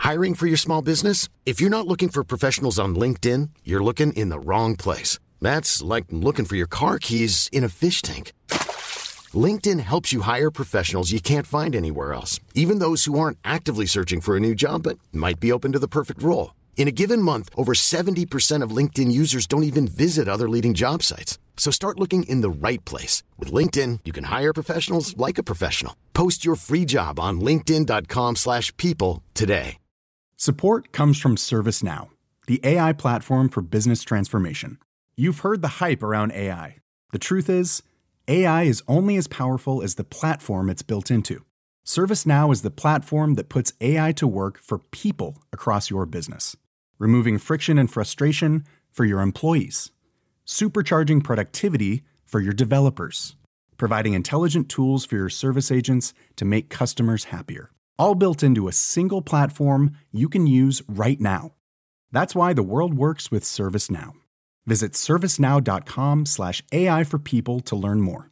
Hiring for your small business? If you're not looking for professionals on LinkedIn, you're looking in the wrong place. That's like looking for your car keys in a fish tank. LinkedIn helps you hire professionals you can't find anywhere else, even those who aren't actively searching for a new job but might be open to the perfect role. In a given month, over 70% of LinkedIn users don't even visit other leading job sites. So start looking in the right place. With LinkedIn, you can hire professionals like a professional. Post your free job on linkedin.com/people today. Support comes from ServiceNow, the AI platform for business transformation. You've heard the hype around AI. The truth is, AI is only as powerful as the platform it's built into. ServiceNow is the platform that puts AI to work for people across your business, removing friction and frustration for your employees, supercharging productivity for your developers, providing intelligent tools for your service agents to make customers happier, all built into a single platform you can use right now. That's why the world works with ServiceNow. Visit servicenow.com/AI for people to learn more.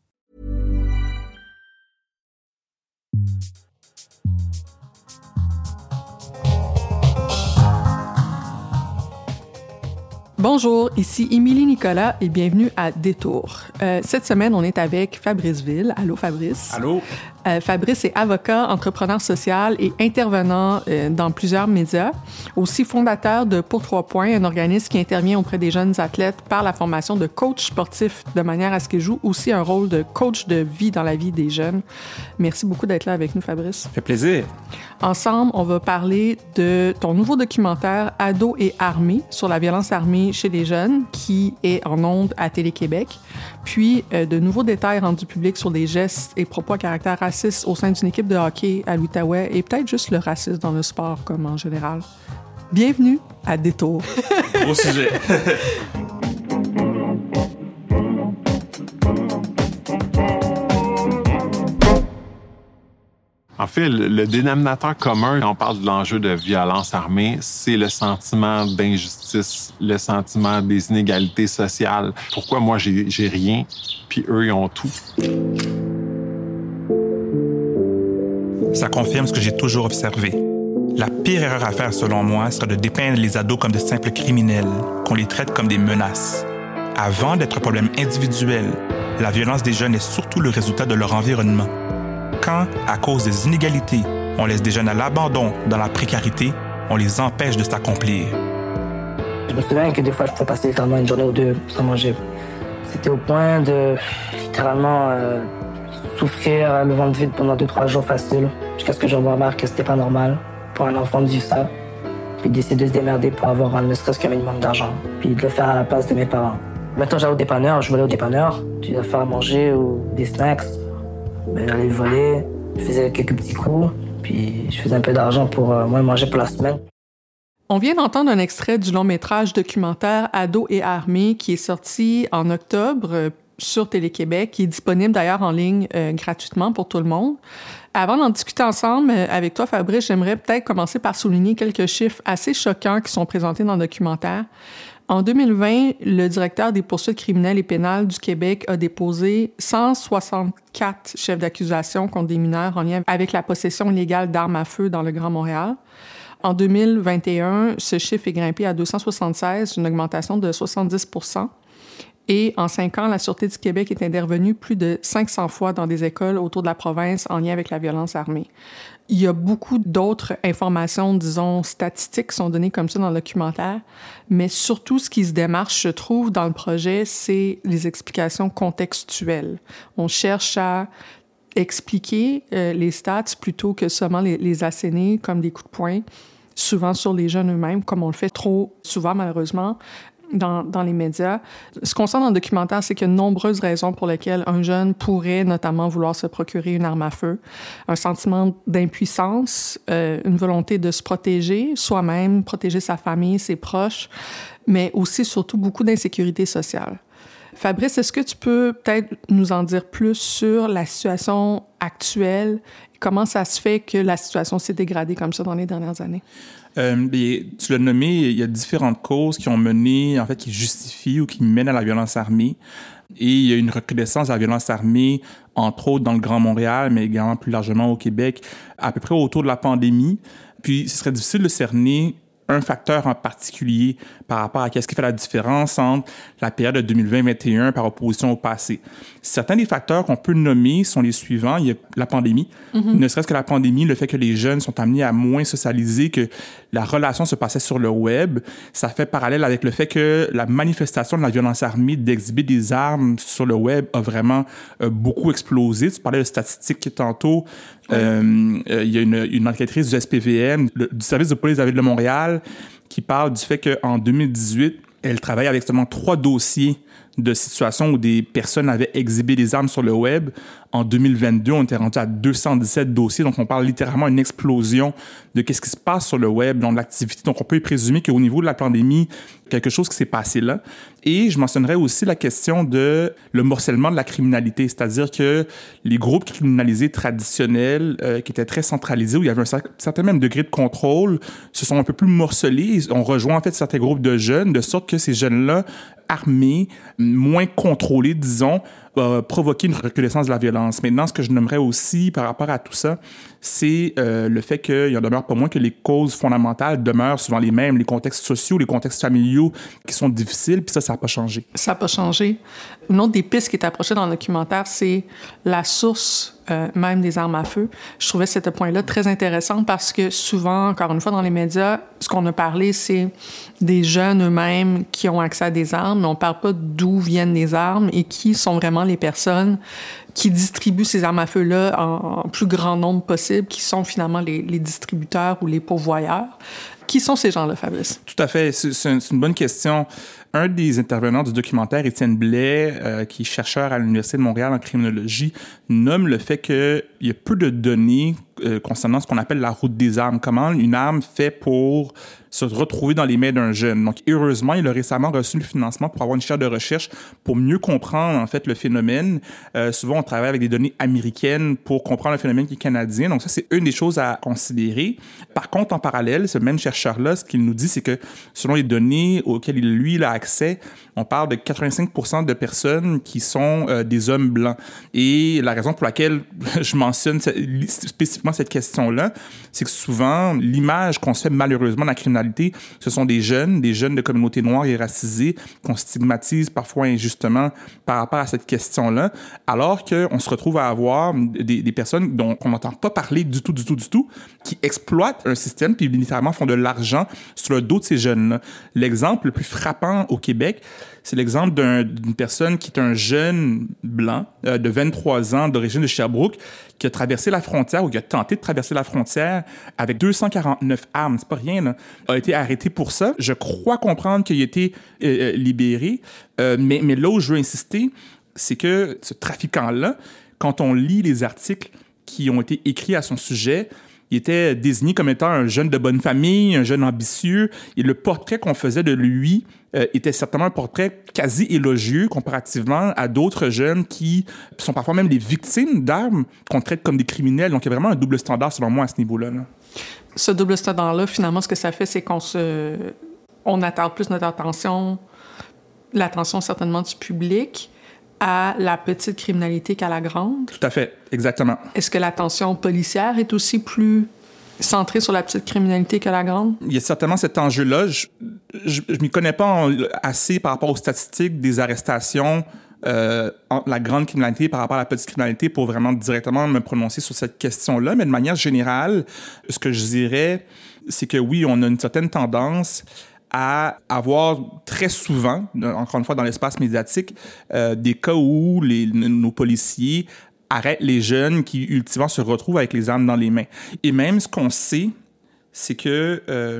Bonjour, ici Émilie Nicolas et bienvenue à Détour. Cette semaine, on est avec Fabrice Ville. Allô, Fabrice. Allô. Fabrice est avocat, entrepreneur social et intervenant dans plusieurs médias. Aussi fondateur de Pour 3 points, un organisme qui intervient auprès des jeunes athlètes par la formation de coach sportif de manière à ce qu'ils jouent aussi un rôle de coach de vie dans la vie des jeunes. Merci beaucoup d'être là avec nous, Fabrice. Ça fait plaisir. Ensemble, on va parler de ton nouveau documentaire « Ados et armés » sur la violence armée chez les jeunes, qui est en ondes à Télé-Québec, puis de nouveaux détails rendus publics sur des gestes et propos à caractère raciste au sein d'une équipe de hockey à l'Outaouais et peut-être juste le racisme dans le sport comme en général. Bienvenue à Détour. Gros sujet. En fait, le dénominateur commun quand on parle de l'enjeu de violence armée, c'est le sentiment d'injustice, le sentiment des inégalités sociales. Pourquoi moi, j'ai rien, puis eux, ils ont tout? Ça confirme ce que j'ai toujours observé. La pire erreur à faire, selon moi, serait de dépeindre les ados comme de simples criminels, qu'on les traite comme des menaces. Avant d'être un problème individuel, la violence des jeunes est surtout le résultat de leur environnement. Quand, à cause des inégalités, on laisse des jeunes à l'abandon, dans la précarité, on les empêche de s'accomplir. Je me souviens que des fois, je pouvais passer littéralement une journée ou deux sans manger. C'était au point de, littéralement, souffrir le ventre vide pendant 2-3 jours facile, jusqu'à ce que je remarque que c'était pas normal pour un enfant de vivre ça, puis d'essayer de se démerder pour avoir ne serait-ce qu'un minimum d'argent, puis de le faire à la place de mes parents. Maintenant, j'allais au dépanneur, je volais au dépanneur, tu dois faire à manger ou des snacks. Ben, j'allais voler, je faisais quelques petits coups, puis je faisais un peu d'argent pour moi manger pour la semaine. On vient d'entendre un extrait du long-métrage documentaire « Ados et armés » qui est sorti en octobre sur Télé-Québec, qui est disponible d'ailleurs en ligne gratuitement pour tout le monde. Avant d'en discuter ensemble avec toi, Fabrice, j'aimerais peut-être commencer par souligner quelques chiffres assez choquants qui sont présentés dans le documentaire. En 2020, le directeur des poursuites criminelles et pénales du Québec a déposé 164 chefs d'accusation contre des mineurs en lien avec la possession illégale d'armes à feu dans le Grand Montréal. En 2021, ce chiffre est grimpé à 276, une augmentation de 70 %. Et en 5 ans, la Sûreté du Québec est intervenue plus de 500 fois dans des écoles autour de la province en lien avec la violence armée. Il y a beaucoup d'autres informations, disons, statistiques qui sont données comme ça dans le documentaire, mais surtout, ce qui se démarche, je trouve, dans le projet, c'est les explications contextuelles. On cherche à expliquer les stats plutôt que seulement les asséner comme des coups de poing, souvent sur les jeunes eux-mêmes, comme on le fait trop souvent, malheureusement, dans les médias. Ce qu'on sent dans le documentaire, c'est qu'il y a de nombreuses raisons pour lesquelles un jeune pourrait notamment vouloir se procurer une arme à feu. Un sentiment d'impuissance, une volonté de se protéger soi-même, protéger sa famille, ses proches, mais aussi, surtout, beaucoup d'insécurité sociale. Fabrice, est-ce que tu peux peut-être nous en dire plus sur la situation actuelle? Comment ça se fait que la situation s'est dégradée comme ça dans les dernières années? Tu l'as nommé, il y a différentes causes qui ont mené, en fait, qui justifient ou qui mènent à la violence armée. Et il y a une recrudescence de la violence armée, entre autres dans le Grand Montréal, mais également plus largement au Québec, à peu près autour de la pandémie. Puis, ce serait difficile de cerner un facteur en particulier par rapport à qu'est-ce qui fait la différence entre la période de 2020-2021 par opposition au passé. Certains des facteurs qu'on peut nommer sont les suivants. Il y a la pandémie. Ne serait-ce que la pandémie, le fait que les jeunes sont amenés à moins socialiser, que la relation se passait sur le web, ça fait parallèle avec le fait que la manifestation de la violence armée, d'exhiber des armes sur le web, a vraiment beaucoup explosé. Tu parlais de statistiques tantôt. Il y a une enquêtrice du SPVM, du service de police de la Ville de Montréal, qui parle du fait qu'en 2018, elle travaille avec seulement 3 dossiers de situations où des personnes avaient exhibé des armes sur le web. En 2022, on était rendu à 217 dossiers. Donc, on parle littéralement d'une explosion de qu'est-ce qui se passe sur le web, dans l'activité. Donc, on peut y présumer qu'au niveau de la pandémie, quelque chose qui s'est passé là. Et je mentionnerais aussi la question de le morcellement de la criminalité, c'est-à-dire que les groupes criminalisés traditionnels, qui étaient très centralisés, où il y avait un certain même degré de contrôle, se sont un peu plus morcelés. On rejoint en fait certains groupes de jeunes, de sorte que ces jeunes-là, armés, moins contrôlés, disons, provoquer une recrudescence de la violence. Maintenant, ce que je nommerais aussi par rapport à tout ça, c'est le fait qu'il en demeure pas moins que les causes fondamentales demeurent souvent les mêmes, les contextes sociaux, les contextes familiaux qui sont difficiles, puis ça n'a pas changé. Ça n'a pas changé. Une autre des pistes qui est approchée dans le documentaire, c'est la source même des armes à feu. Je trouvais ce point-là très intéressant parce que souvent, encore une fois, dans les médias, ce qu'on a parlé, c'est des jeunes eux-mêmes qui ont accès à des armes, mais on ne parle pas d'où viennent les armes et qui sont vraiment les personnes qui distribuent ces armes à feu-là en plus grand nombre possible, qui sont finalement les distributeurs ou les pourvoyeurs. Qui sont ces gens-là, Fabrice? Tout à fait. C'est une bonne question. Un des intervenants du documentaire, Étienne Blais, qui est chercheur à l'Université de Montréal en criminologie, nomme le fait qu'il y a peu de données concernant ce qu'on appelle la route des armes. Comment une arme fait pour se retrouver dans les mains d'un jeune. Donc, heureusement, il a récemment reçu le financement pour avoir une chaire de recherche pour mieux comprendre, en fait, le phénomène. Souvent, on travaille avec des données américaines pour comprendre le phénomène qui est canadien. Donc, ça, c'est une des choses à considérer. Par contre, en parallèle, ce même chercheur-là, ce qu'il nous dit, c'est que selon les données auxquelles lui, il a accès, on parle de 85% de personnes qui sont des hommes blancs. Et la raison pour laquelle je mentionne spécifiquement cette question-là, c'est que souvent, l'image qu'on se fait malheureusement de la criminalité, ce sont des jeunes de communautés noires et racisées qu'on stigmatise parfois injustement par rapport à cette question-là, alors qu'on se retrouve à avoir des personnes dont on n'entend pas parler du tout, qui exploitent un système puis littéralement font de l'argent sur le dos de ces jeunes-là. L'exemple le plus frappant au Québec, c'est l'exemple d'une personne qui est un jeune blanc de 23 ans d'origine de Sherbrooke qui a traversé la frontière ou qui a tenté de traverser la frontière avec 249 armes. C'est pas rien, là. A été arrêté pour ça. Je crois comprendre qu'il a été libéré. Mais là où je veux insister, c'est que ce trafiquant-là, quand on lit les articles qui ont été écrits à son sujet, il était désigné comme étant un jeune de bonne famille, un jeune ambitieux. Et le portrait qu'on faisait de lui était certainement un portrait quasi élogieux comparativement à d'autres jeunes qui sont parfois même des victimes d'armes qu'on traite comme des criminels. Donc, il y a vraiment un double standard, selon moi, à ce niveau-là. Ce double standard-là, finalement, ce que ça fait, c'est on attarde plus notre attention, l'attention certainement du public, à la petite criminalité qu'à la grande. Tout à fait, exactement. Est-ce que l'attention policière est aussi plus centrée sur la petite criminalité que la grande? Il y a certainement cet enjeu-là. Je m'y connais pas assez par rapport aux statistiques des arrestations entre la grande criminalité par rapport à la petite criminalité pour vraiment directement me prononcer sur cette question-là. Mais de manière générale, ce que je dirais, c'est que oui, on a une certaine tendance à avoir très souvent, encore une fois dans l'espace médiatique, des cas où nos policiers arrêtent les jeunes qui, ultimement, se retrouvent avec les armes dans les mains. Et même ce qu'on sait, c'est que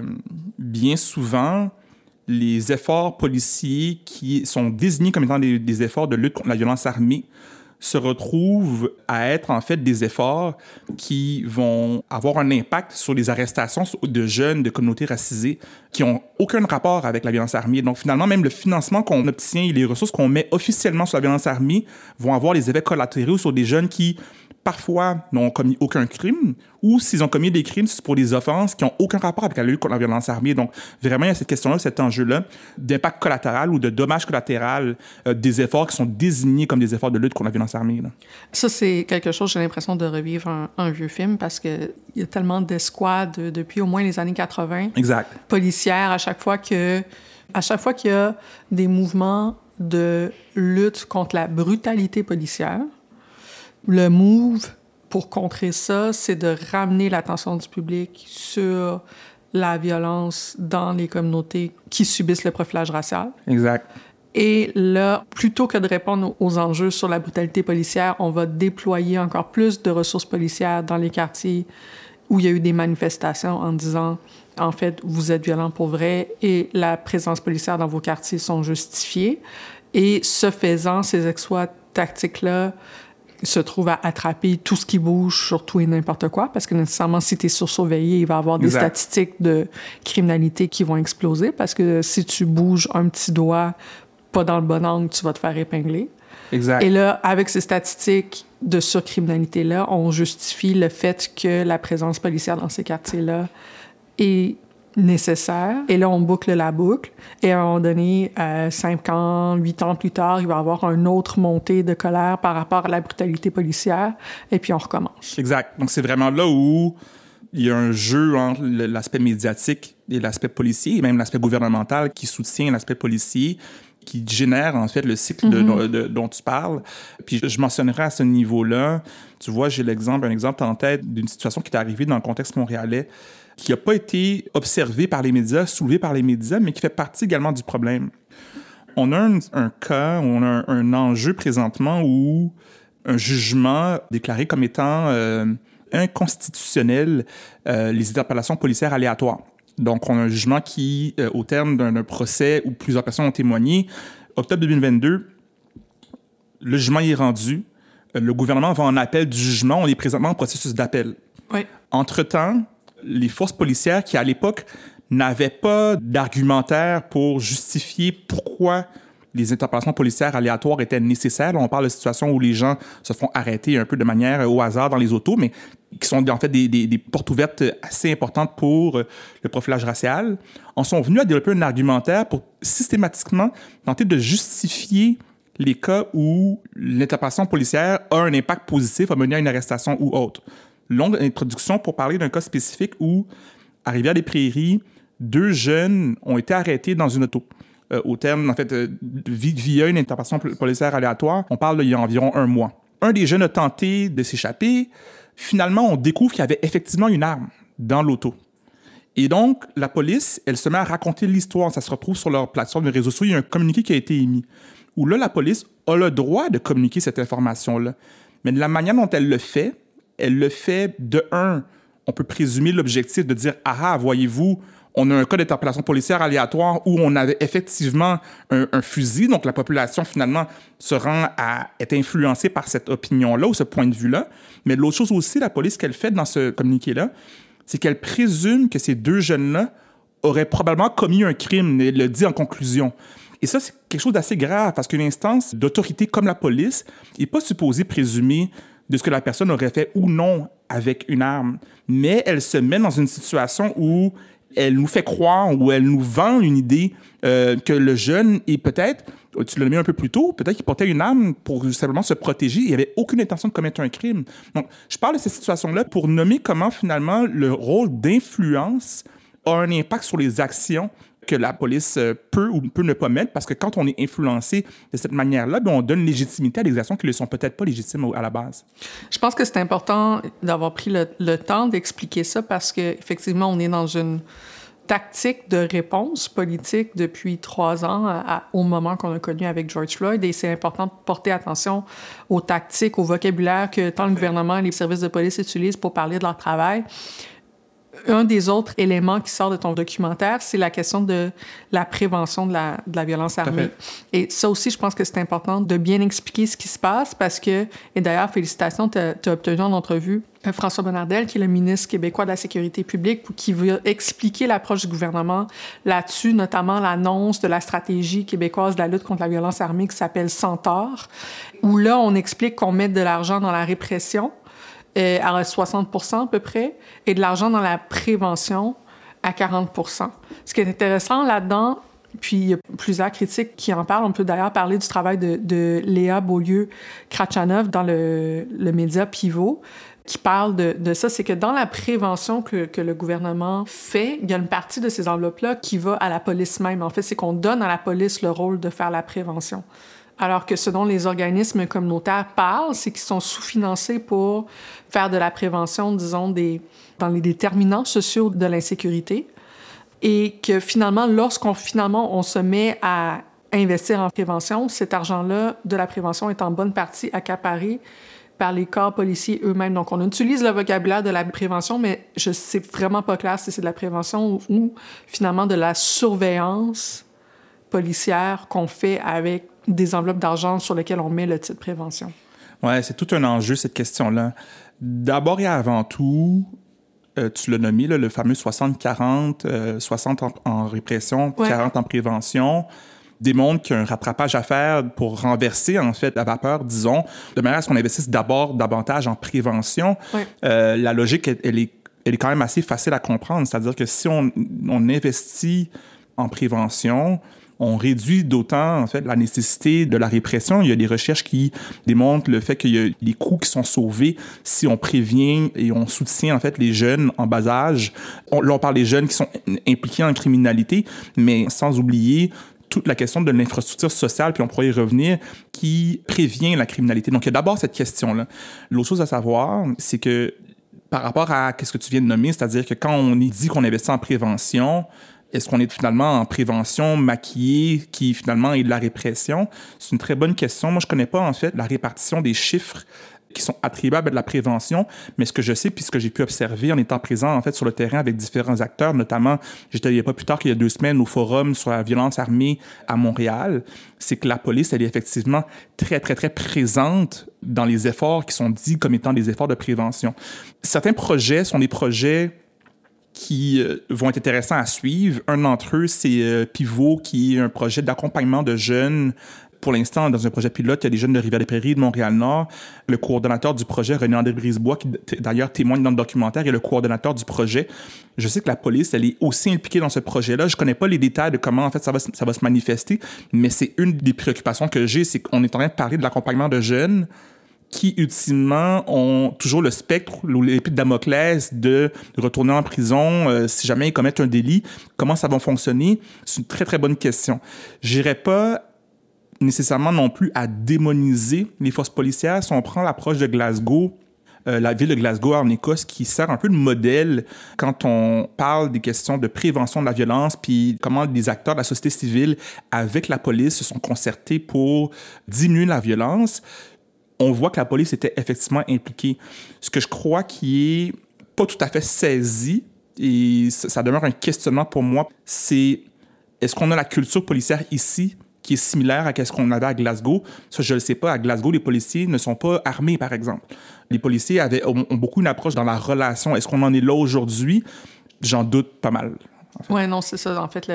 bien souvent, les efforts policiers qui sont désignés comme étant des efforts de lutte contre la violence armée se retrouvent à être en fait des efforts qui vont avoir un impact sur les arrestations de jeunes de communautés racisées qui n'ont aucun rapport avec la violence armée. Donc finalement, même le financement qu'on obtient et les ressources qu'on met officiellement sur la violence armée vont avoir des effets collatéraux sur des jeunes qui parfois n'ont commis aucun crime, ou s'ils ont commis des crimes, c'est pour des offenses qui n'ont aucun rapport avec la lutte contre la violence armée. Donc, vraiment, il y a cette question-là, cet enjeu-là d'impact collatéral ou de dommage collatéral des efforts qui sont désignés comme des efforts de lutte contre la violence armée. Là. Ça, c'est quelque chose, j'ai l'impression de revivre un vieux film parce qu'il y a tellement d'escouades depuis au moins les années 80. Exact. Policières, à chaque fois qu'il y a des mouvements de lutte contre la brutalité policière, le move pour contrer ça, c'est de ramener l'attention du public sur la violence dans les communautés qui subissent le profilage racial. Exact. Et là, plutôt que de répondre aux enjeux sur la brutalité policière, on va déployer encore plus de ressources policières dans les quartiers où il y a eu des manifestations en disant, en fait, vous êtes violents pour vrai et la présence policière dans vos quartiers sont justifiées. Et ce faisant, ces exploits tactiques-là se trouve à attraper tout ce qui bouge sur tout et n'importe quoi, parce que nécessairement, si tu es surveillé, il va y avoir des statistiques de criminalité qui vont exploser, parce que si tu bouges un petit doigt pas dans le bon angle, tu vas te faire épingler. Exact. Et là, avec ces statistiques de surcriminalité-là, on justifie le fait que la présence policière dans ces quartiers-là est nécessaire. Et là, on boucle la boucle. Et à un moment donné, 5 ans, 8 ans plus tard, il va y avoir une autre montée de colère par rapport à la brutalité policière. Et puis, on recommence. Exact. Donc, c'est vraiment là où il y a un jeu entre l'aspect médiatique et l'aspect policier, et même l'aspect gouvernemental qui soutient l'aspect policier, qui génère, en fait, le cycle dont tu parles. Puis, je mentionnerai à ce niveau-là, tu vois, j'ai un exemple en tête d'une situation qui est arrivée dans le contexte montréalais, qui n'a pas été observé par les médias, soulevé par les médias, mais qui fait partie également du problème. On a un cas, on a un enjeu présentement où un jugement déclaré comme étant inconstitutionnel les interpellations policières aléatoires. Donc, on a un jugement qui, au terme d'un procès où plusieurs personnes ont témoigné, octobre 2022, le jugement est rendu. Le gouvernement va en appel du jugement. On est présentement en processus d'appel. Oui. Entre-temps, les forces policières qui, à l'époque, n'avaient pas d'argumentaire pour justifier pourquoi les interpellations policières aléatoires étaient nécessaires. Là, on parle de situations où les gens se font arrêter un peu de manière au hasard dans les autos, mais qui sont en fait des portes ouvertes assez importantes pour le profilage racial. En sont venus à développer un argumentaire pour systématiquement tenter de justifier les cas où l'interpellation policière a un impact positif à mener à une arrestation ou autre. Longue introduction pour parler d'un cas spécifique où, à Rivière-des-Prairies, 2 jeunes ont été arrêtés dans une auto. Au terme, en fait, via une intervention policière aléatoire, on parle il y a environ 1 mois. Un des jeunes a tenté de s'échapper. Finalement, on découvre qu'il y avait effectivement une arme dans l'auto. Et donc, la police, elle se met à raconter l'histoire. Ça se retrouve sur leur plateforme de réseaux sociaux. Il y a un communiqué qui a été émis où là, la police a le droit de communiquer cette information-là. Mais de la manière dont elle le fait de un, on peut présumer l'objectif de dire « Ah, voyez-vous, on a un cas d'interpellation policière aléatoire où on avait effectivement un fusil. » Donc, la population, finalement, se rend à être influencée par cette opinion-là ou ce point de vue-là. Mais l'autre chose aussi, la police, qu'elle fait dans ce communiqué-là, c'est qu'elle présume que ces 2 jeunes-là auraient probablement commis un crime. Elle le dit en conclusion. Et ça, c'est quelque chose d'assez grave parce qu'une instance d'autorité comme la police n'est pas supposée présumer de ce que la personne aurait fait ou non avec une arme. Mais elle se met dans une situation où elle nous fait croire ou elle nous vend une idée que le jeune est peut-être, tu l'as mis un peu plus tôt, peut-être qu'il portait une arme pour simplement se protéger. Il n'avait aucune intention de commettre un crime. Donc, je parle de cette situation-là pour nommer comment, finalement, le rôle d'influence a un impact sur les actions que la police peut ou peut ne pas mettre, parce que quand on est influencé de cette manière-là, on donne légitimité à des actions qui ne sont peut-être pas légitimes à la base. Je pense que c'est important d'avoir pris le temps d'expliquer ça, parce qu'effectivement, on est dans une tactique de réponse politique depuis 3 ans au moment qu'on a connu avec George Floyd, et c'est important de porter attention aux tactiques, au vocabulaire que tant le gouvernement et les services de police utilisent pour parler de leur travail. Un des autres éléments qui sort de ton documentaire, c'est la question de la prévention de la violence armée. Et ça aussi, je pense que c'est important de bien expliquer ce qui se passe parce que, et d'ailleurs, félicitations, tu as obtenu en entrevue François Bonnardel, qui est le ministre québécois de la Sécurité publique, qui veut expliquer l'approche du gouvernement là-dessus, notamment l'annonce de la stratégie québécoise de la lutte contre la violence armée qui s'appelle Centaure, où là, on explique qu'on met de l'argent dans la répression, à 60% à peu près, et de l'argent dans la prévention à 40%. Ce qui est intéressant là-dedans, puis il y a plusieurs critiques qui en parlent. On peut d'ailleurs parler du travail de Léa Beaulieu-Krachanov dans le média Pivot, qui parle de ça. C'est que dans la prévention que le gouvernement fait, il y a une partie de ces enveloppes-là qui va à la police même. En fait, c'est qu'on donne à la police le rôle de faire la prévention. Alors que ce dont les organismes communautaires parlent, c'est qu'ils sont sous-financés pour faire de la prévention, disons, dans les déterminants sociaux de l'insécurité. Et que finalement, lorsqu'on se met à investir en prévention, cet argent-là de la prévention est en bonne partie accaparé par les corps policiers eux-mêmes. Donc, on utilise le vocabulaire de la prévention, mais c'est vraiment pas clair si c'est de la prévention ou finalement de la surveillance policière qu'on fait avec des enveloppes d'argent sur lesquelles on met le titre prévention. Ouais, c'est tout un enjeu, cette question-là. D'abord et avant tout, tu l'as nommé, là, le fameux 60-40, 60 en répression, ouais. 40 en prévention, démontre qu'il y a un rattrapage à faire pour renverser, en fait, la vapeur, disons, de manière à ce qu'on investisse d'abord davantage en prévention. Ouais. La logique, elle est quand même assez facile à comprendre. C'est-à-dire que si on investit en prévention, on réduit d'autant, en fait, la nécessité de la répression. Il y a des recherches qui démontrent le fait qu'il y a des coûts qui sont sauvés si on prévient et on soutient, en fait, les jeunes en bas âge. Là, on parle des jeunes qui sont impliqués en criminalité, mais sans oublier toute la question de l'infrastructure sociale, puis on pourrait y revenir, qui prévient la criminalité. Donc, il y a d'abord cette question-là. L'autre chose à savoir, c'est que par rapport à ce que tu viens de nommer, c'est-à-dire que quand on dit qu'on investit en prévention, est-ce qu'on est finalement en prévention maquillée qui finalement est de la répression? C'est une très bonne question. Moi, je connais pas en fait la répartition des chiffres qui sont attribuables à de la prévention, mais ce que je sais puis ce que j'ai pu observer en étant présent en fait sur le terrain avec différents acteurs, notamment, j'étais il y a pas plus tard qu'il y a 2 semaines au forum sur la violence armée à Montréal, c'est que la police, elle est effectivement très, très, très présente dans les efforts qui sont dits comme étant des efforts de prévention. Certains projets sont des projets qui vont être intéressants à suivre. Un d'entre eux, c'est Pivot, qui est un projet d'accompagnement de jeunes. Pour l'instant, dans un projet pilote, il y a des jeunes de Rivière-des-Prairies, de Montréal-Nord. Le coordonnateur du projet, René-André Brisebois, qui d'ailleurs témoigne dans le documentaire, est le coordonnateur du projet. Je sais que la police, elle est aussi impliquée dans ce projet-là. Je connais pas les détails de comment, en fait, ça va se manifester, mais c'est une des préoccupations que j'ai, c'est qu'on est en train de parler de l'accompagnement de jeunes qui, ultimement, ont toujours le spectre ou l'épée de Damoclès de retourner en prison si jamais ils commettent un délit. Comment ça va fonctionner? C'est une très, très bonne question. J'irais pas nécessairement non plus à démoniser les forces policières. Si on prend l'approche de Glasgow, la ville de Glasgow en Écosse, qui sert un peu de modèle quand on parle des questions de prévention de la violence, puis comment les acteurs de la société civile avec la police se sont concertés pour diminuer la violence, on voit que la police était effectivement impliquée. Ce que je crois qui est pas tout à fait saisi, et ça demeure un questionnement pour moi, c'est est-ce qu'on a la culture policière ici qui est similaire à ce qu'on avait à Glasgow? Ça, je ne le sais pas. À Glasgow, les policiers ne sont pas armés, par exemple. Les policiers ont beaucoup une approche dans la relation. Est-ce qu'on en est là aujourd'hui? J'en doute pas mal. En fait. Oui, non, c'est ça. En fait,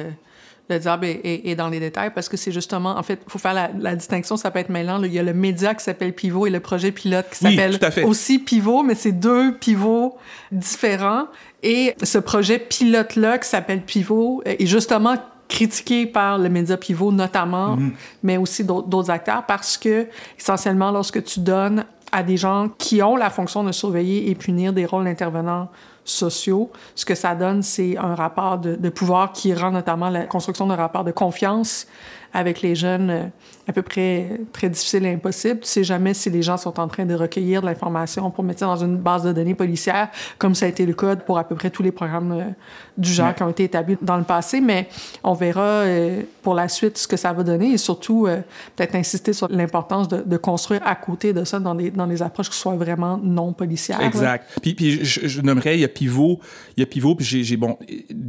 le diable est dans les détails parce que c'est justement... En fait, il faut faire la distinction, ça peut être mêlant. Il y a le média qui s'appelle Pivot et le projet pilote qui s'appelle aussi Pivot, mais c'est 2 pivots différents. Et ce projet pilote-là qui s'appelle Pivot est justement critiqué par le média Pivot notamment, mais aussi d'autres acteurs, parce que, essentiellement, lorsque tu donnes à des gens qui ont la fonction de surveiller et punir des rôles d'intervenants sociaux, ce que ça donne, c'est un rapport de pouvoir qui rend notamment la construction d'un rapport de confiance avec les jeunes à peu près très difficile et impossible. Tu sais jamais si les gens sont en train de recueillir de l'information pour mettre ça dans une base de données policière, comme ça a été le cas pour à peu près tous les programmes du genre qui ont été établis dans le passé, mais on verra pour la suite ce que ça va donner et surtout peut-être insister sur l'importance de construire à côté de ça dans des approches qui soient vraiment non policières. Exact. Puis je nommerais, il y a Pivot, puis j'ai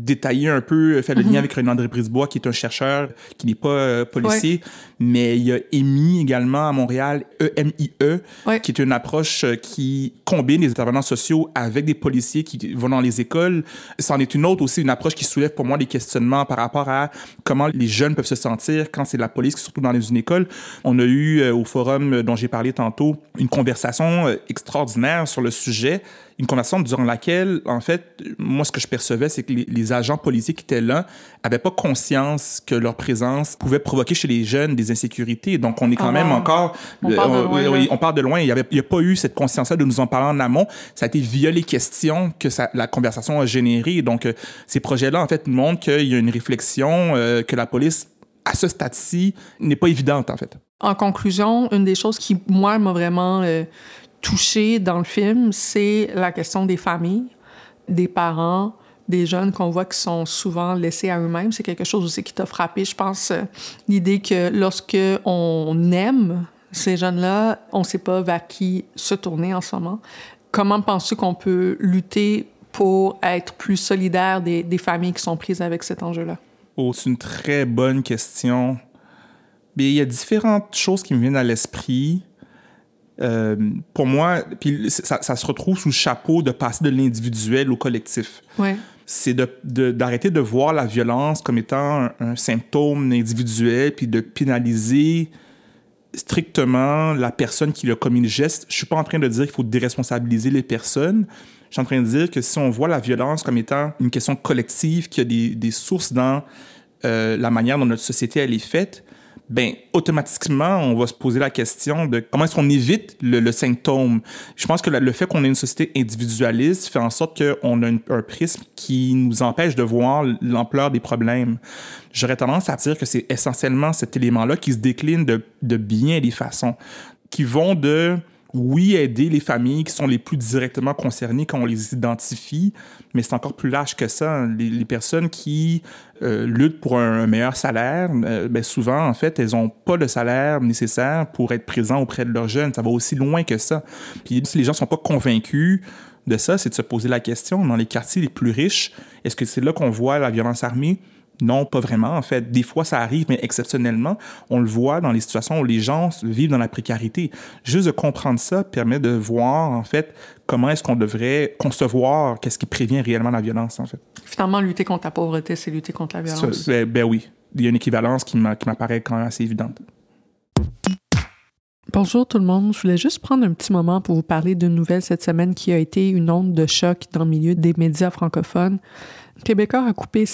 détailler un peu, faire le lien avec René-André Brisebois, qui est un chercheur, qui n'est pas policier, mais il y a EMIE également à Montréal, EMIE, qui est une approche qui combine les intervenants sociaux avec des policiers qui vont dans les écoles. C'en est une autre aussi, une approche qui soulève pour moi des questionnements par rapport à comment les jeunes peuvent se sentir quand c'est la police, surtout dans une école. On a eu au forum dont j'ai parlé tantôt une conversation extraordinaire sur le sujet, une conversation durant laquelle, en fait, moi, ce que je percevais, c'est que les agents policiers qui étaient là n'avaient pas conscience que leur présence pouvait provoquer chez les jeunes des insécurités. Donc, on est quand même encore... On part de loin. Il n'y a pas eu cette conscience-là de nous en parler en amont. Ça a été via les questions que la conversation a généré. Donc, ces projets-là, en fait, montrent qu'il y a une réflexion que la police, à ce stade-ci, n'est pas évidente, en fait. En conclusion, une des choses qui, moi, m'a vraiment touchée dans le film, c'est la question des familles, des parents, des jeunes qu'on voit qui sont souvent laissés à eux-mêmes. C'est quelque chose aussi qui t'a frappé, je pense, l'idée que lorsque on aime ces jeunes-là, on ne sait pas vers qui se tourner en ce moment. Comment penses-tu qu'on peut lutter pour être plus solidaire des familles qui sont prises avec cet enjeu-là? Oh, c'est une très bonne question. Mais il y a différentes choses qui me viennent à l'esprit. Pour moi, puis ça se retrouve sous le chapeau de passer de l'individuel au collectif. Ouais. C'est d'arrêter de voir la violence comme étant un symptôme individuel, puis de pénaliser strictement la personne qui a commis le geste. Je suis pas en train de dire qu'il faut déresponsabiliser les personnes. Je suis en train de dire que si on voit la violence comme étant une question collective, qui a des sources dans la manière dont notre société elle est faite, ben automatiquement, on va se poser la question de comment est-ce qu'on évite le symptôme. Je pense que le fait qu'on ait une société individualiste fait en sorte qu'on a un prisme qui nous empêche de voir l'ampleur des problèmes. J'aurais tendance à dire que c'est essentiellement cet élément-là qui se décline de bien des façons, qui vont de... Oui, aider les familles qui sont les plus directement concernées quand on les identifie, mais c'est encore plus large que ça. Les personnes qui luttent pour un meilleur salaire, ben souvent, en fait, elles n'ont pas le salaire nécessaire pour être présents auprès de leurs jeunes. Ça va aussi loin que ça. Puis si les gens ne sont pas convaincus de ça, c'est de se poser la question, dans les quartiers les plus riches, est-ce que c'est là qu'on voit la violence armée? Non, pas vraiment. En fait, des fois, ça arrive, mais exceptionnellement, on le voit dans les situations où les gens vivent dans la précarité. Juste de comprendre ça permet de voir, en fait, comment est-ce qu'on devrait concevoir qu'est-ce qui prévient réellement la violence, en fait. Finalement, lutter contre la pauvreté, c'est lutter contre la violence. Ça, ben oui. Il y a une équivalence qui m'apparaît quand même assez évidente. Bonjour tout le monde. Je voulais juste prendre un petit moment pour vous parler d'une nouvelle cette semaine qui a été une onde de choc dans le milieu des médias francophones. Québécois a coupé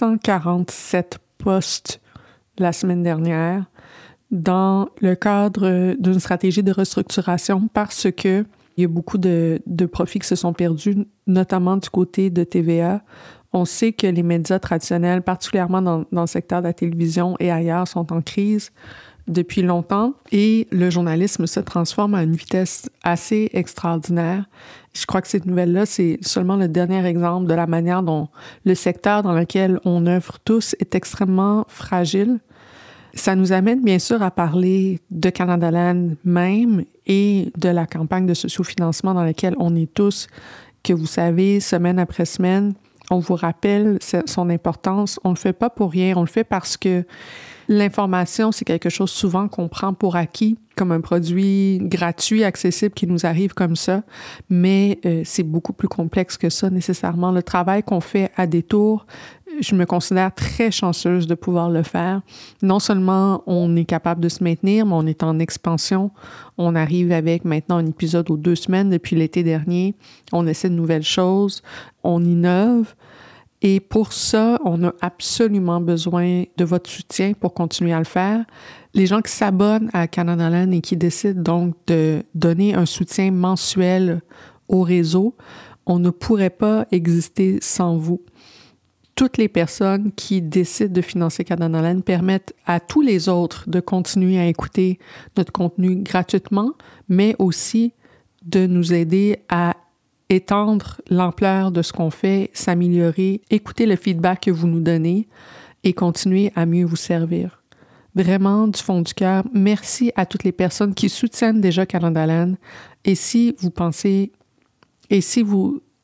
547 postes la semaine dernière dans le cadre d'une stratégie de restructuration parce que il y a beaucoup de profits qui se sont perdus, notamment du côté de TVA. On sait que les médias traditionnels, particulièrement dans le secteur de la télévision et ailleurs, sont en crise depuis longtemps et le journalisme se transforme à une vitesse assez extraordinaire. Je crois que cette nouvelle-là, c'est seulement le dernier exemple de la manière dont le secteur dans lequel on œuvre tous est extrêmement fragile. Ça nous amène bien sûr à parler de Canadaland même et de la campagne de sociofinancement dans laquelle on est tous, que vous savez, semaine après semaine, on vous rappelle son importance. On ne le fait pas pour rien, on le fait parce que l'information, c'est quelque chose souvent qu'on prend pour acquis, comme un produit gratuit, accessible, qui nous arrive comme ça. Mais c'est beaucoup plus complexe que ça, nécessairement. Le travail qu'on fait à détour, je me considère très chanceuse de pouvoir le faire. Non seulement on est capable de se maintenir, mais on est en expansion. On arrive avec maintenant un épisode aux 2 semaines depuis l'été dernier. On essaie de nouvelles choses, on innove. Et pour ça, on a absolument besoin de votre soutien pour continuer à le faire. Les gens qui s'abonnent à Canadaland et qui décident donc de donner un soutien mensuel au réseau, on ne pourrait pas exister sans vous. Toutes les personnes qui décident de financer Canadaland permettent à tous les autres de continuer à écouter notre contenu gratuitement, mais aussi de nous aider à étendre l'ampleur de ce qu'on fait, s'améliorer, écouter le feedback que vous nous donnez et continuer à mieux vous servir. Vraiment, du fond du cœur, merci à toutes les personnes qui soutiennent déjà Canadaland. Et si vous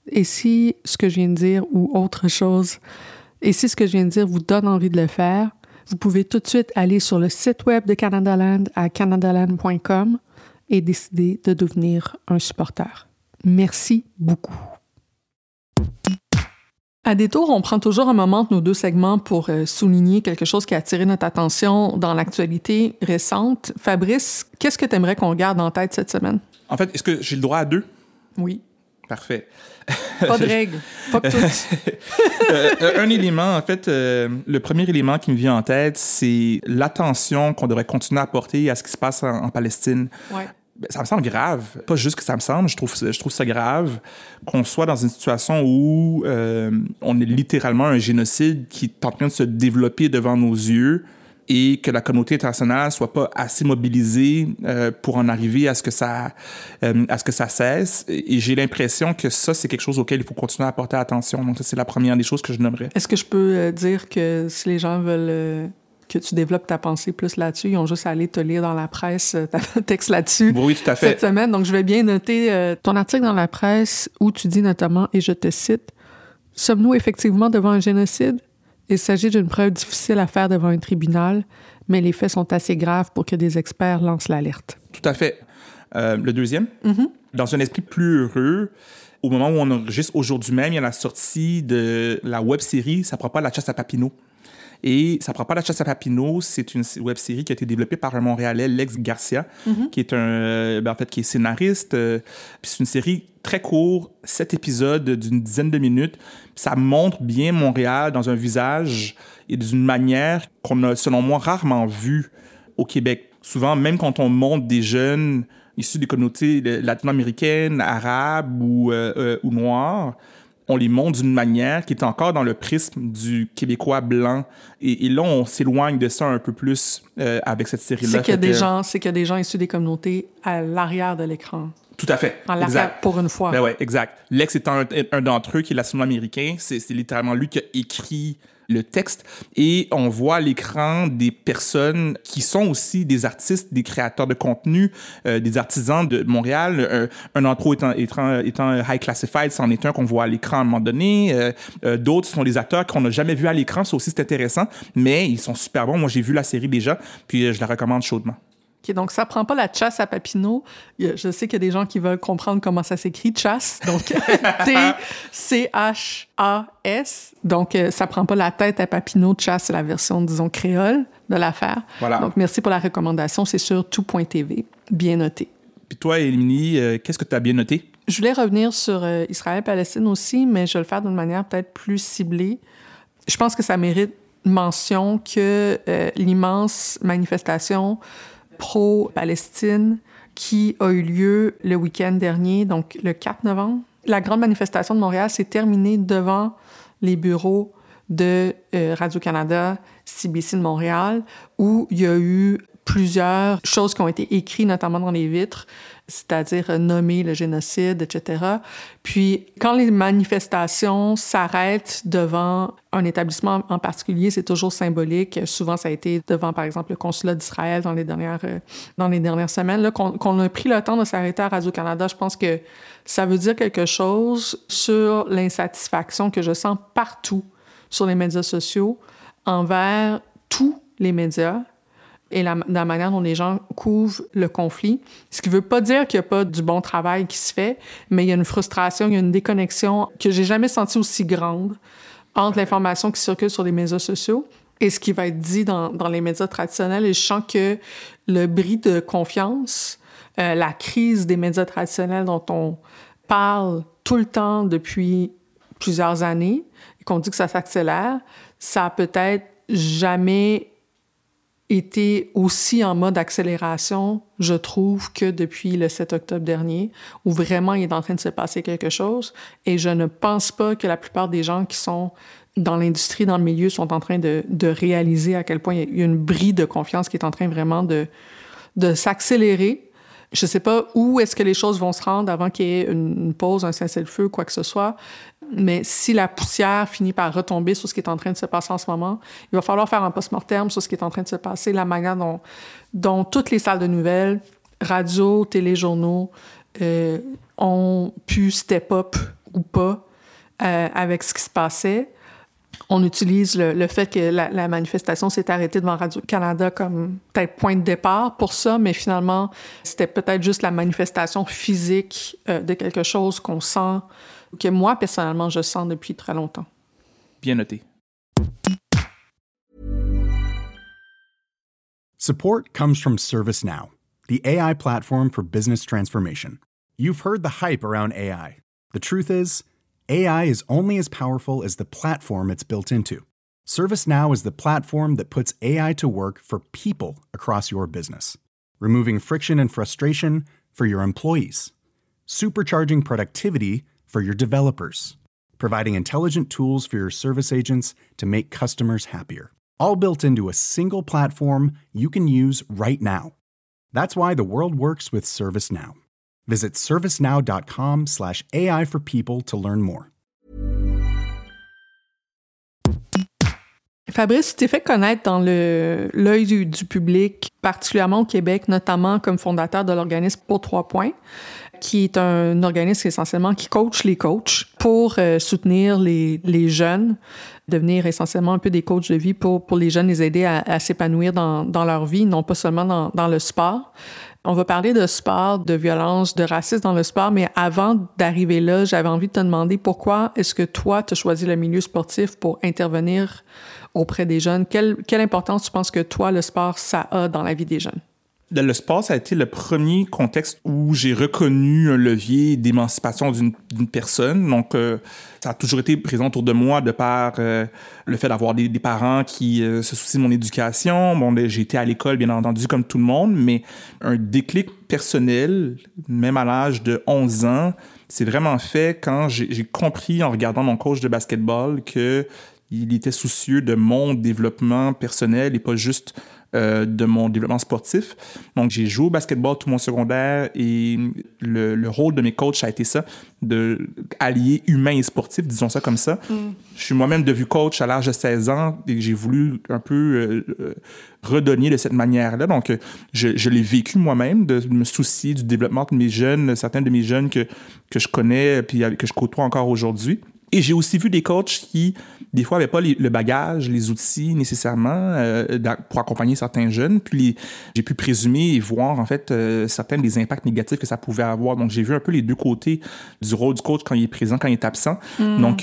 Et si ce que je viens de dire ou autre chose, et si ce que je viens de dire vous donne envie de le faire, vous pouvez tout de suite aller sur le site web de Canadaland à canadaland.com et décider de devenir un supporter. Merci beaucoup. À Détour, on prend toujours un moment de nos 2 segments pour souligner quelque chose qui a attiré notre attention dans l'actualité récente. Fabrice, qu'est-ce que tu aimerais qu'on garde en tête cette semaine? En fait, est-ce que j'ai le droit à 2? Oui. Parfait. Pas de règles, pas que toutes. Un élément, en fait, le premier élément qui me vient en tête, c'est l'attention qu'on devrait continuer à porter à ce qui se passe en Palestine. Ouais. Ça me semble grave. Pas juste que ça me semble, je trouve ça grave qu'on soit dans une situation où on est littéralement un génocide qui est en train de se développer devant nos yeux et que la communauté internationale soit pas assez mobilisée pour en arriver à ce que ça cesse. Et j'ai l'impression que ça, c'est quelque chose auquel il faut continuer à porter attention. Donc ça, c'est la première des choses que je nommerais. Est-ce que je peux dire que si les gens veulent que tu développes ta pensée plus là-dessus, ils ont juste à aller te lire dans la presse ta texte là-dessus oui, tout à fait. Cette semaine. Donc, je vais bien noter ton article dans la presse où tu dis notamment, et je te cite, « Sommes-nous effectivement devant un génocide? Il s'agit d'une preuve difficile à faire devant un tribunal, mais les faits sont assez graves pour que des experts lancent l'alerte. » Tout à fait. Le deuxième, dans un esprit plus heureux, au moment où on enregistre aujourd'hui même, il y a la sortie de la web-série « Ça prend pas la chasse à Papineau ». Et Ça prend pas la chasse à Papineau, c'est une web-série qui a été développée par un Montréalais, Lex Garcia, qui est qui est scénariste. Puis c'est une série très courte, 7 épisodes d'une dizaine de minutes. Ça montre bien Montréal dans un visage et d'une manière qu'on a, selon moi, rarement vue au Québec. Souvent, même quand on montre des jeunes issus des communautés latino-américaines, arabes ou noires, on les montre d'une manière qui est encore dans le prisme du Québécois blanc. Et là, on s'éloigne de ça un peu plus avec cette série-là. C'est qu'il y a des gens issus des communautés à l'arrière de l'écran. Tout à fait. En l'arrière, pour une fois. Ben ouais, exact. Lex étant un d'entre eux qui est latino-américain, c'est littéralement lui qui a écrit le texte. Et on voit à l'écran des personnes qui sont aussi des artistes, des créateurs de contenu, des artisans de Montréal. Un d'entre eux étant High Classified, c'en est un qu'on voit à l'écran à un moment donné. D'autres sont des acteurs qu'on n'a jamais vus à l'écran, ça aussi c'est intéressant, mais ils sont super bons. Moi, j'ai vu la série déjà, puis je la recommande chaudement. OK, donc ça prend pas la chasse à Papineau. Je sais qu'il y a des gens qui veulent comprendre comment ça s'écrit, chasse. Donc, T-C-H-A-S. Donc, ça prend pas la tête à Papineau. Chasse, c'est la version, disons, créole de l'affaire. Voilà. Donc, merci pour la recommandation. C'est sur tout.tv. Bien noté. Puis toi, Émilie, qu'est-ce que tu as bien noté? Je voulais revenir sur Israël-Palestine aussi, mais je vais le faire d'une manière peut-être plus ciblée. Je pense que ça mérite mention que l'immense manifestation pro-Palestine qui a eu lieu le week-end dernier, donc le 4 novembre. La grande manifestation de Montréal s'est terminée devant les bureaux de Radio-Canada, CBC de Montréal, où il y a eu plusieurs choses qui ont été écrites, notamment dans les vitres, c'est-à-dire nommer le génocide, etc. Puis, quand les manifestations s'arrêtent devant un établissement en particulier, c'est toujours symbolique. Souvent, ça a été devant, par exemple, le consulat d'Israël dans les dernières semaines. Là, qu'on a pris le temps de s'arrêter à Radio-Canada, je pense que ça veut dire quelque chose sur l'insatisfaction que je sens partout sur les médias sociaux envers tous les médias et la manière dont les gens couvrent le conflit. Ce qui ne veut pas dire qu'il n'y a pas du bon travail qui se fait, mais il y a une frustration, il y a une déconnexion que j'ai jamais sentie aussi grande entre l'information qui circule sur les médias sociaux et ce qui va être dit dans les médias traditionnels. Et je sens que le bris de confiance, la crise des médias traditionnels dont on parle tout le temps depuis plusieurs années et qu'on dit que ça s'accélère, ça a peut-être jamais été aussi en mode accélération, je trouve, que depuis le 7 octobre dernier, où vraiment il est en train de se passer quelque chose. Et je ne pense pas que la plupart des gens qui sont dans l'industrie, dans le milieu, sont en train de réaliser à quel point il y a une bris de confiance qui est en train vraiment de s'accélérer. Je ne sais pas où est-ce que les choses vont se rendre avant qu'il y ait une pause, un cessez-le-feu, quoi que ce soit. Mais si la poussière finit par retomber sur ce qui est en train de se passer en ce moment, il va falloir faire un post-mortem sur ce qui est en train de se passer, la manière dont toutes les salles de nouvelles, radio, téléjournaux, ont pu step up ou pas avec ce qui se passait. On utilise le fait que la manifestation s'est arrêtée devant Radio-Canada comme peut-être point de départ pour ça, mais finalement, c'était peut-être juste la manifestation physique de quelque chose qu'on sent, que moi, personnellement, je sens depuis très longtemps. Bien noté. Support comes from ServiceNow, the AI platform for business transformation. You've heard the hype around AI. The truth is, AI is only as powerful as the platform it's built into. ServiceNow is the platform that puts AI to work for people across your business, removing friction and frustration for your employees, supercharging productivity for your developers, providing intelligent tools for your service agents to make customers happier, all built into a single platform you can use right now. That's why the world works with ServiceNow. Visit servicenow.com/AI for people to learn more. Fabrice, tu t'es fait connaître dans l'œil du public, particulièrement au Québec, notamment comme fondateur de l'organisme Pour 3 points, qui est un organisme essentiellement qui coach les coachs pour soutenir les jeunes, devenir essentiellement un peu des coachs de vie pour les jeunes, les aider à s'épanouir dans leur vie, non pas seulement dans le sport. On va parler de sport, de violence, de racisme dans le sport, mais avant d'arriver là, j'avais envie de te demander pourquoi est-ce que toi, tu as choisi le milieu sportif pour intervenir auprès des jeunes? Quelle importance tu penses que toi, le sport, ça a dans la vie des jeunes? Le sport, ça a été le premier contexte où j'ai reconnu un levier d'émancipation d'une personne. Donc, ça a toujours été présent autour de moi de par le fait d'avoir des parents qui se soucient de mon éducation. Bon, j'ai été à l'école, bien entendu, comme tout le monde, mais un déclic personnel, même à l'âge de 11 ans, c'est vraiment fait quand j'ai compris, en regardant mon coach de basketball, qu'il était soucieux de mon développement personnel et pas juste de mon développement sportif. Donc, j'ai joué au basketball tout mon secondaire et le rôle de mes coachs, ça a été ça, de allier humain et sportif, disons ça comme ça. Je suis moi-même devenu coach à l'âge de 16 ans et j'ai voulu un peu redonner de cette manière-là. Donc, je l'ai vécu moi-même, de me soucier du développement de mes jeunes, certains de mes jeunes que je connais puis que je côtoie encore aujourd'hui. Et j'ai aussi vu des coachs qui, des fois, n'avaient pas le bagage, les outils nécessairement pour accompagner certains jeunes. Puis j'ai pu présumer et voir, en fait, certains des impacts négatifs que ça pouvait avoir. Donc, j'ai vu un peu les deux côtés du rôle du coach quand il est présent, quand il est absent. Donc,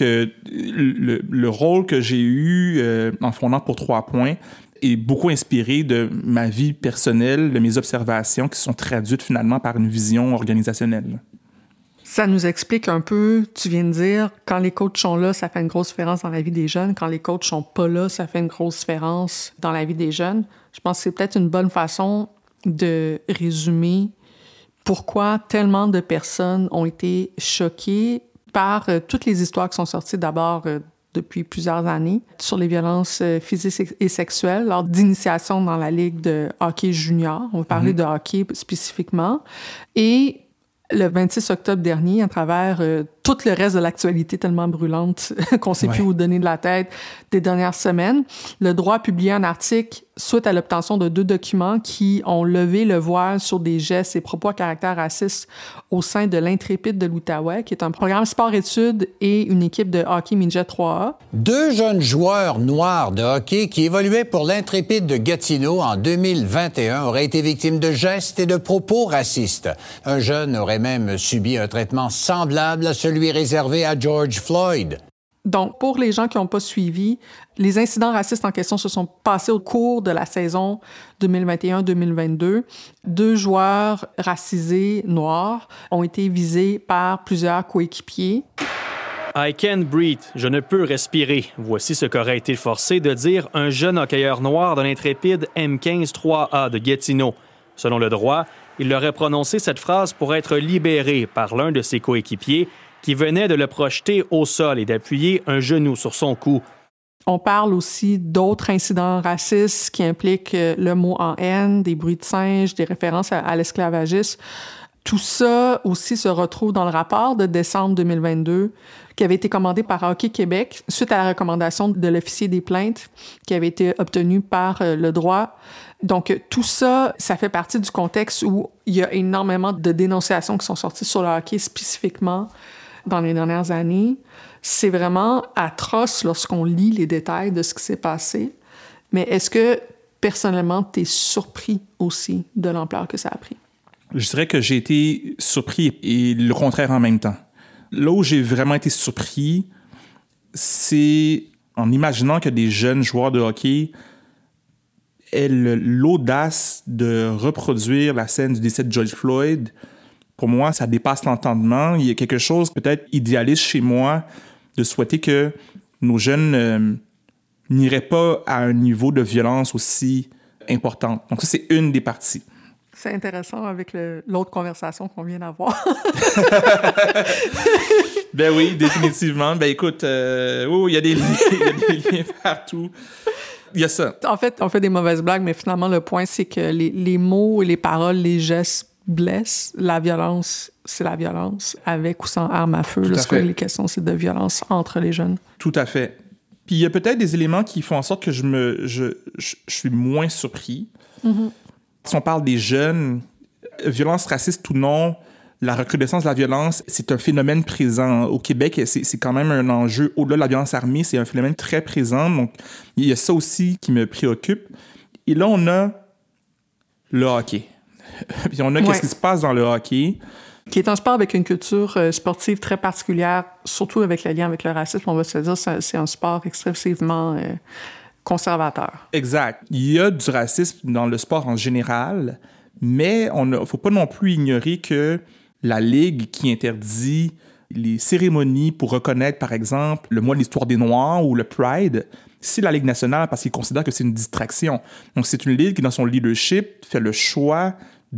le rôle que j'ai eu en fondant Pour 3 points est beaucoup inspiré de ma vie personnelle, de mes observations qui sont traduites finalement par une vision organisationnelle. Ça nous explique un peu, tu viens de dire, quand les coachs sont là, ça fait une grosse différence dans la vie des jeunes. Quand les coachs sont pas là, ça fait une grosse différence dans la vie des jeunes. Je pense que c'est peut-être une bonne façon de résumer pourquoi tellement de personnes ont été choquées par toutes les histoires qui sont sorties d'abord depuis plusieurs années sur les violences physiques et sexuelles lors d'initiation dans la Ligue de hockey junior. On va parler de hockey spécifiquement. Et le 26 octobre dernier, à travers tout le reste de l'actualité tellement brûlante qu'on ne sait plus où donner de la tête des dernières semaines, Le Droit a publié un article suite à l'obtention de 2 documents qui ont levé le voile sur des gestes et propos à caractère raciste au sein de l'Intrépide de l'Outaouais, qui est un programme sport-études et une équipe de hockey midget 3A. 2 jeunes joueurs noirs de hockey qui évoluaient pour l'Intrépide de Gatineau en 2021 auraient été victimes de gestes et de propos racistes. Un jeune aurait même subi un traitement semblable à celui réservé à George Floyd. Donc, pour les gens qui n'ont pas suivi, les incidents racistes en question se sont passés au cours de la saison 2021-2022. 2 joueurs racisés noirs ont été visés par plusieurs coéquipiers. I can't breathe, je ne peux respirer. Voici ce qu'aurait été forcé de dire un jeune hockeyeur noir de l'Intrépide M15 3A de Gatineau. Selon Le Droit, il aurait prononcé cette phrase pour être libéré par l'un de ses coéquipiers qui venait de le projeter au sol et d'appuyer un genou sur son cou. On parle aussi d'autres incidents racistes qui impliquent le mot en haine, des bruits de singe, des références à l'esclavagisme. Tout ça aussi se retrouve dans le rapport de décembre 2022 qui avait été commandé par Hockey Québec suite à la recommandation de l'officier des plaintes qui avait été obtenue par Le Droit. Donc, tout ça, ça fait partie du contexte où il y a énormément de dénonciations qui sont sorties sur le hockey spécifiquement dans les dernières années. C'est vraiment atroce lorsqu'on lit les détails de ce qui s'est passé. Mais est-ce que, personnellement, tu es surpris aussi de l'ampleur que ça a pris? Je dirais que j'ai été surpris et le contraire en même temps. Là où j'ai vraiment été surpris, c'est en imaginant que des jeunes joueurs de hockey aient l'audace de reproduire la scène du décès de George Floyd. Pour moi, ça dépasse l'entendement. Il y a quelque chose peut-être idéaliste chez moi de souhaiter que nos jeunes n'iraient pas à un niveau de violence aussi important. Donc ça, c'est une des parties. C'est intéressant avec l'autre conversation qu'on vient d'avoir. Ben oui, définitivement. Ben écoute, il y a des liens partout. Il y a ça. En fait, on fait des mauvaises blagues, mais finalement, le point, c'est que les mots, les paroles, les gestes blessent. La violence, c'est la violence, avec ou sans arme à feu. Là, ce que les questions, c'est de violence entre les jeunes. Tout à fait. Puis il y a peut-être des éléments qui font en sorte que je suis moins surpris. Mm-hmm. Si on parle des jeunes, violence raciste ou non, la recrudescence de la violence, c'est un phénomène présent. Au Québec, c'est quand même un enjeu. Au-delà de la violence armée, c'est un phénomène très présent. Donc, il y a ça aussi qui me préoccupe. Et là, on a le hockey. Puis on a qu'est-ce qui se passe dans le hockey. Qui est un sport avec une culture sportive très particulière, surtout avec le lien avec le racisme. On va se dire c'est un sport excessivement conservateur. Exact. Il y a du racisme dans le sport en général, mais il ne faut pas non plus ignorer que la Ligue qui interdit les cérémonies pour reconnaître, par exemple, le mois de l'histoire des Noirs ou le Pride, c'est la Ligue nationale parce qu'ils considèrent que c'est une distraction. Donc, c'est une Ligue qui, dans son leadership, fait le choix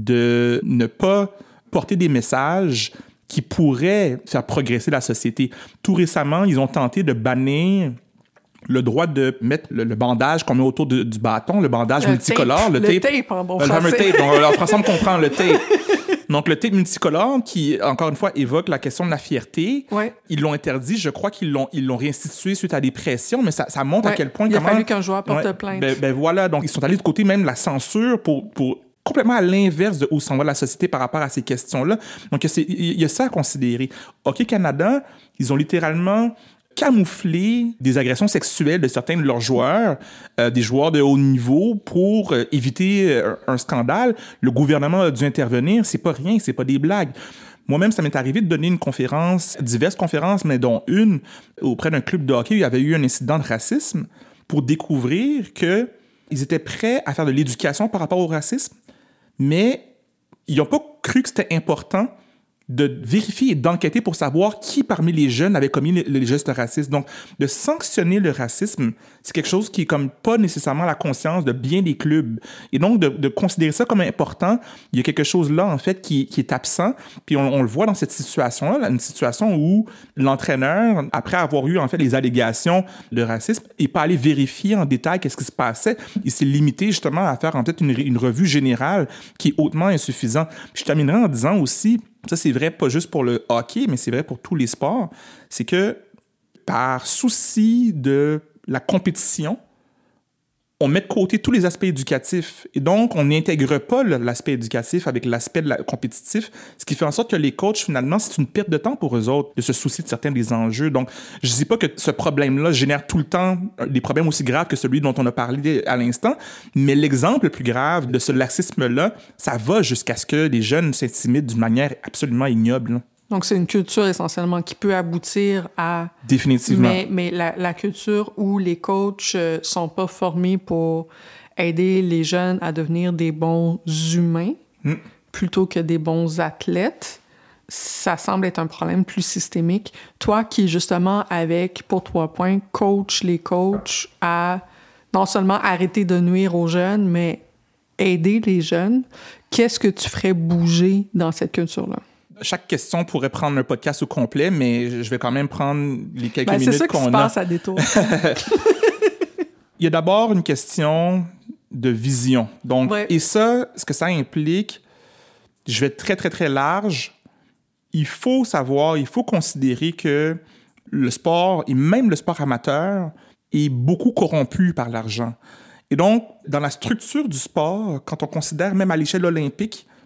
de ne pas porter des messages qui pourraient faire progresser la société. Tout récemment, ils ont tenté de bannir le droit de mettre le bandage qu'on met autour du bâton, le bandage multicolore. Le tape en bon français. Le fameux tape. Donc, en français, on comprend le tape. Donc, le tape multicolore qui, encore une fois, évoque la question de la fierté. Ouais. Ils l'ont interdit. Je crois qu'ils l'ont réinstitué suite à des pressions, mais ça montre à quel point... Il a fallu qu'un joueur porte plainte. Ben voilà. Donc, ils sont allés du côté même de la censure pour complètement à l'inverse de où s'en va la société par rapport à ces questions-là. Donc, il y a ça à considérer. Hockey Canada, ils ont littéralement camoufler des agressions sexuelles de certains de leurs joueurs, des joueurs de haut niveau, pour éviter un scandale. Le gouvernement a dû intervenir. C'est pas rien, c'est pas des blagues. Moi-même, ça m'est arrivé de donner une conférence, diverses conférences, mais dont une auprès d'un club de hockey où il y avait eu un incident de racisme, pour découvrir qu'ils étaient prêts à faire de l'éducation par rapport au racisme, mais ils n'ont pas cru que c'était important de vérifier et d'enquêter pour savoir qui parmi les jeunes avait commis les gestes racistes. Donc, de sanctionner le racisme, c'est quelque chose qui est comme pas nécessairement la conscience de bien des clubs. Et donc, de considérer ça comme important, il y a quelque chose là, en fait, qui est absent. Puis on le voit dans cette situation-là, une situation où l'entraîneur, après avoir eu, en fait, les allégations de racisme, n'est pas allé vérifier en détail qu'est-ce qui se passait. Il s'est limité, justement, à faire, en fait, une revue générale qui est hautement insuffisante. Puis je terminerai en disant aussi, ça, c'est vrai pas juste pour le hockey, mais c'est vrai pour tous les sports, c'est que par souci de la compétition, on met de côté tous les aspects éducatifs. Et donc, on n'intègre pas l'aspect éducatif avec l'aspect compétitif, ce qui fait en sorte que les coachs, finalement, c'est une perte de temps pour eux autres de se soucier de certains des enjeux. Donc, je ne dis pas que ce problème-là génère tout le temps des problèmes aussi graves que celui dont on a parlé à l'instant, mais l'exemple le plus grave de ce laxisme-là, ça va jusqu'à ce que les jeunes s'intimident d'une manière absolument ignoble. Donc, c'est une culture essentiellement qui peut aboutir à... Définitivement. Mais la culture où les coachs sont pas formés pour aider les jeunes à devenir des bons humains plutôt que des bons athlètes, ça semble être un problème plus systémique. Toi qui, justement, avec, pour 3 points, coach les coachs à non seulement arrêter de nuire aux jeunes, mais aider les jeunes, qu'est-ce que tu ferais bouger dans cette culture-là? Chaque question pourrait prendre un podcast au complet, mais je vais quand même prendre les quelques minutes qu'on a. C'est ça qui se passe à Détour. Il y a d'abord une question de vision. Donc, et ça, ce que ça implique, je vais être très, très, très large. Il faut considérer que le sport, et même le sport amateur, est beaucoup corrompu par l'argent. Et donc, dans la structure du sport, quand on considère même à l'échelle olympique,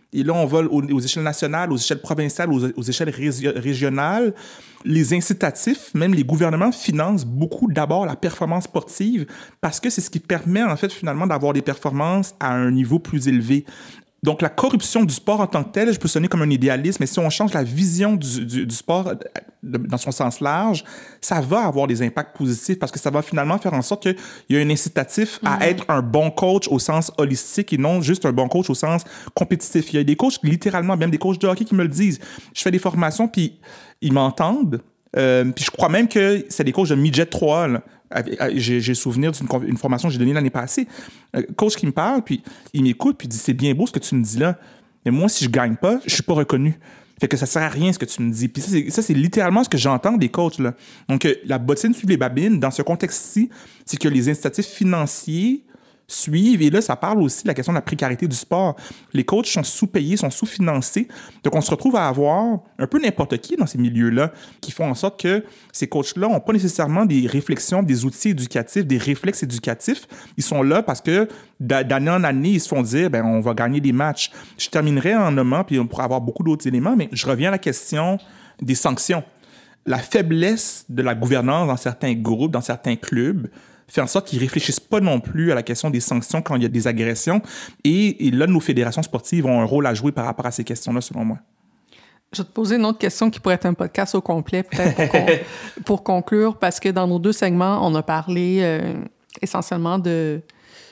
Et là, on va aux échelles nationales, aux échelles provinciales, aux échelles régionales. Les incitatifs, même les gouvernements financent beaucoup d'abord la performance sportive parce que c'est ce qui permet, en fait, finalement, d'avoir des performances à un niveau plus élevé. Donc, la corruption du sport en tant que tel, je peux sonner comme un idéaliste, mais si on change la vision du sport dans son sens large, ça va avoir des impacts positifs parce que ça va finalement faire en sorte qu'il y a un incitatif à être un bon coach au sens holistique et non juste un bon coach au sens compétitif. Il y a des coachs, littéralement, même des coachs de hockey qui me le disent. Je fais des formations, puis ils m'entendent. Puis je crois même que c'est des coachs de midget 3, là. J'ai souvenir d'une formation que j'ai donnée l'année passée. Coach qui me parle, puis il m'écoute, puis il dit « C'est bien beau ce que tu me dis là, mais moi, si je gagne pas, je suis pas reconnu. Fait que ça sert à rien ce que tu me dis. » Puis ça, c'est littéralement ce que j'entends des coachs, là. Donc, la bottine suit les babines. Dans ce contexte-ci, c'est que les incitatifs financiers suivent. Et là, ça parle aussi de la question de la précarité du sport. Les coachs sont sous-payés, sont sous-financés. Donc, on se retrouve à avoir un peu n'importe qui dans ces milieux-là qui font en sorte que ces coachs-là n'ont pas nécessairement des réflexions, des outils éducatifs, des réflexes éducatifs. Ils sont là parce que d'année en année, ils se font dire, on va gagner des matchs. Je terminerai en nommant, puis on pourra avoir beaucoup d'autres éléments, mais je reviens à la question des sanctions. La faiblesse de la gouvernance dans certains groupes, dans certains clubs, fait en sorte qu'ils ne réfléchissent pas non plus à la question des sanctions quand il y a des agressions. Et là, nos fédérations sportives ont un rôle à jouer par rapport à ces questions-là, selon moi. Je vais te poser une autre question qui pourrait être un podcast au complet, peut-être, pour conclure, parce que dans nos 2 segments, on a parlé essentiellement de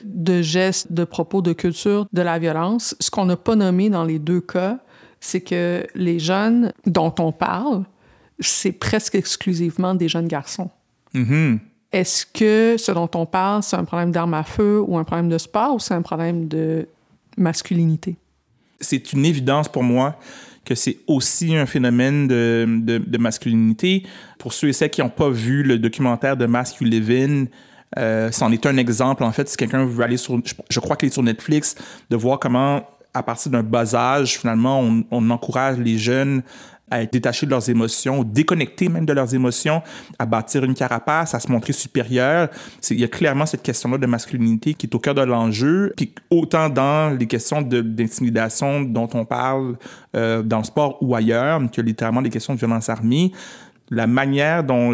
gestes, de propos, de culture, de la violence. Ce qu'on n'a pas nommé dans les 2 cas, c'est que les jeunes dont on parle, c'est presque exclusivement des jeunes garçons. Mm-hmm. Est-ce que ce dont on parle, c'est un problème d'armes à feu ou un problème de sport ou c'est un problème de masculinité? C'est une évidence pour moi que c'est aussi un phénomène de masculinité. Pour ceux et celles qui n'ont pas vu le documentaire de Mask You Live In, c'en est un exemple, en fait, si quelqu'un veut aller sur... Je crois qu'il est sur Netflix, de voir comment, à partir d'un bas âge, finalement, on encourage les jeunes à être détachés de leurs émotions, déconnectés même de leurs émotions, à bâtir une carapace, à se montrer supérieur. Il y a clairement cette question-là de masculinité qui est au cœur de l'enjeu. Puis autant dans les questions d'intimidation dont on parle dans le sport ou ailleurs, que littéralement les questions de violence armée, la manière dont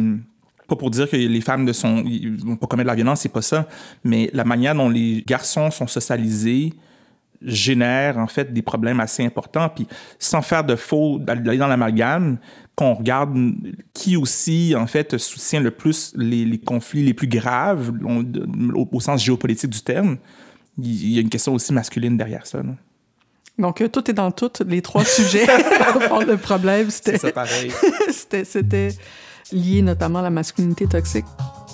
pas pour dire que les femmes ils vont pas commettre la violence, c'est pas ça, mais la manière dont les garçons sont socialisés génère en fait des problèmes assez importants. Puis sans faire de faux, d'aller dans l'amalgame, qu'on regarde qui aussi en fait soutient le plus les conflits les plus graves au sens géopolitique du terme, il y a une question aussi masculine derrière ça. Là. Donc tout est dans tout, les 3 sujets. Le problème, c'était... C'est ça pareil. c'était lié notamment à la masculinité toxique.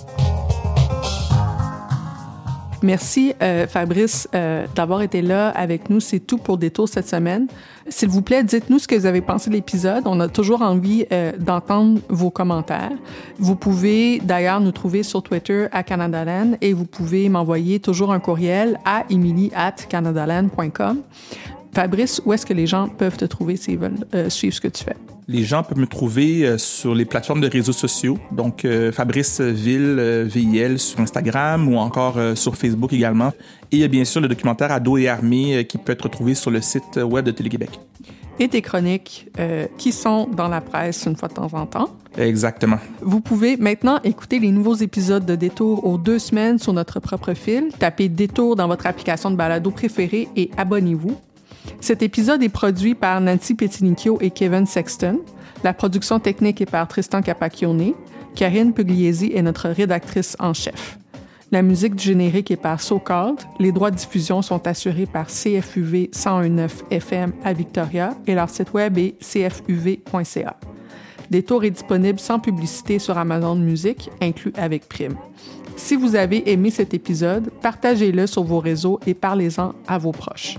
Merci, Fabrice, d'avoir été là avec nous. C'est tout pour Détour cette semaine. S'il vous plaît, dites-nous ce que vous avez pensé de l'épisode. On a toujours envie d'entendre vos commentaires. Vous pouvez d'ailleurs nous trouver sur Twitter à Canadaland et vous pouvez m'envoyer toujours un courriel à emily@canadaland.com. Fabrice, où est-ce que les gens peuvent te trouver s'ils veulent suivre ce que tu fais? Les gens peuvent me trouver sur les plateformes de réseaux sociaux, donc Fabrice Ville, VIL sur Instagram ou encore sur Facebook également. Et il y a bien sûr le documentaire Ados et armée qui peut être retrouvé sur le site web de Télé-Québec. Et tes chroniques qui sont dans la presse une fois de temps en temps. Exactement. Vous pouvez maintenant écouter les nouveaux épisodes de Détour aux 2 semaines sur notre propre fil. Tapez Détour dans votre application de balado préférée et abonnez-vous. Cet épisode est produit par Nancy Petinicchio et Kevin Sexton. La production technique est par Tristan Capacchione. Karine Pugliesi est notre rédactrice en chef. La musique du générique est par So Called. Les droits de diffusion sont assurés par CFUV 101.9 FM à Victoria et leur site web est cfuv.ca. Détour est disponible sans publicité sur Amazon Music, inclus avec prime. Si vous avez aimé cet épisode, partagez-le sur vos réseaux et parlez-en à vos proches.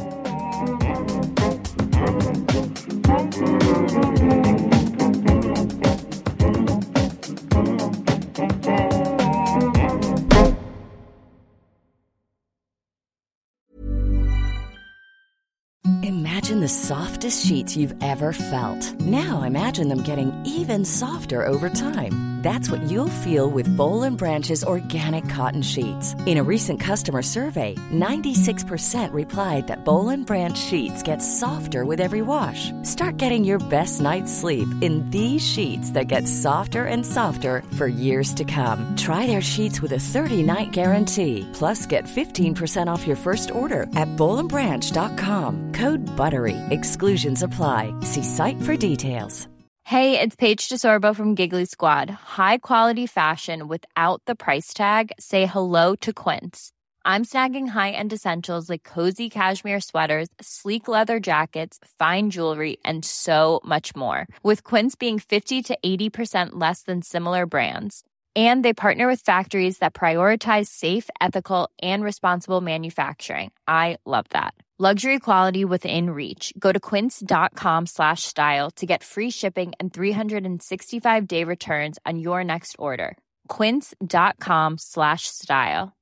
Imagine the softest sheets you've ever felt. Now imagine them getting even softer over time. That's what you'll feel with Boll & Branch's organic cotton sheets. In a recent customer survey, 96% replied that Boll & Branch sheets get softer with every wash. Start getting your best night's sleep in these sheets that get softer and softer for years to come. Try their sheets with a 30-night guarantee. Plus, get 15% off your first order at bollandbranch.com. Code BUTTERY. Exclusions apply. See site for details. Hey, it's Paige DeSorbo from Giggly Squad. High quality fashion without the price tag. Say hello to Quince. I'm snagging high-end essentials like cozy cashmere sweaters, sleek leather jackets, fine jewelry, and so much more. With Quince being 50 to 80% less than similar brands. And they partner with factories that prioritize safe, ethical, and responsible manufacturing. I love that. Luxury quality within reach. Go to quince.com/style to get free shipping and 365-day returns on your next order. Quince.com/style.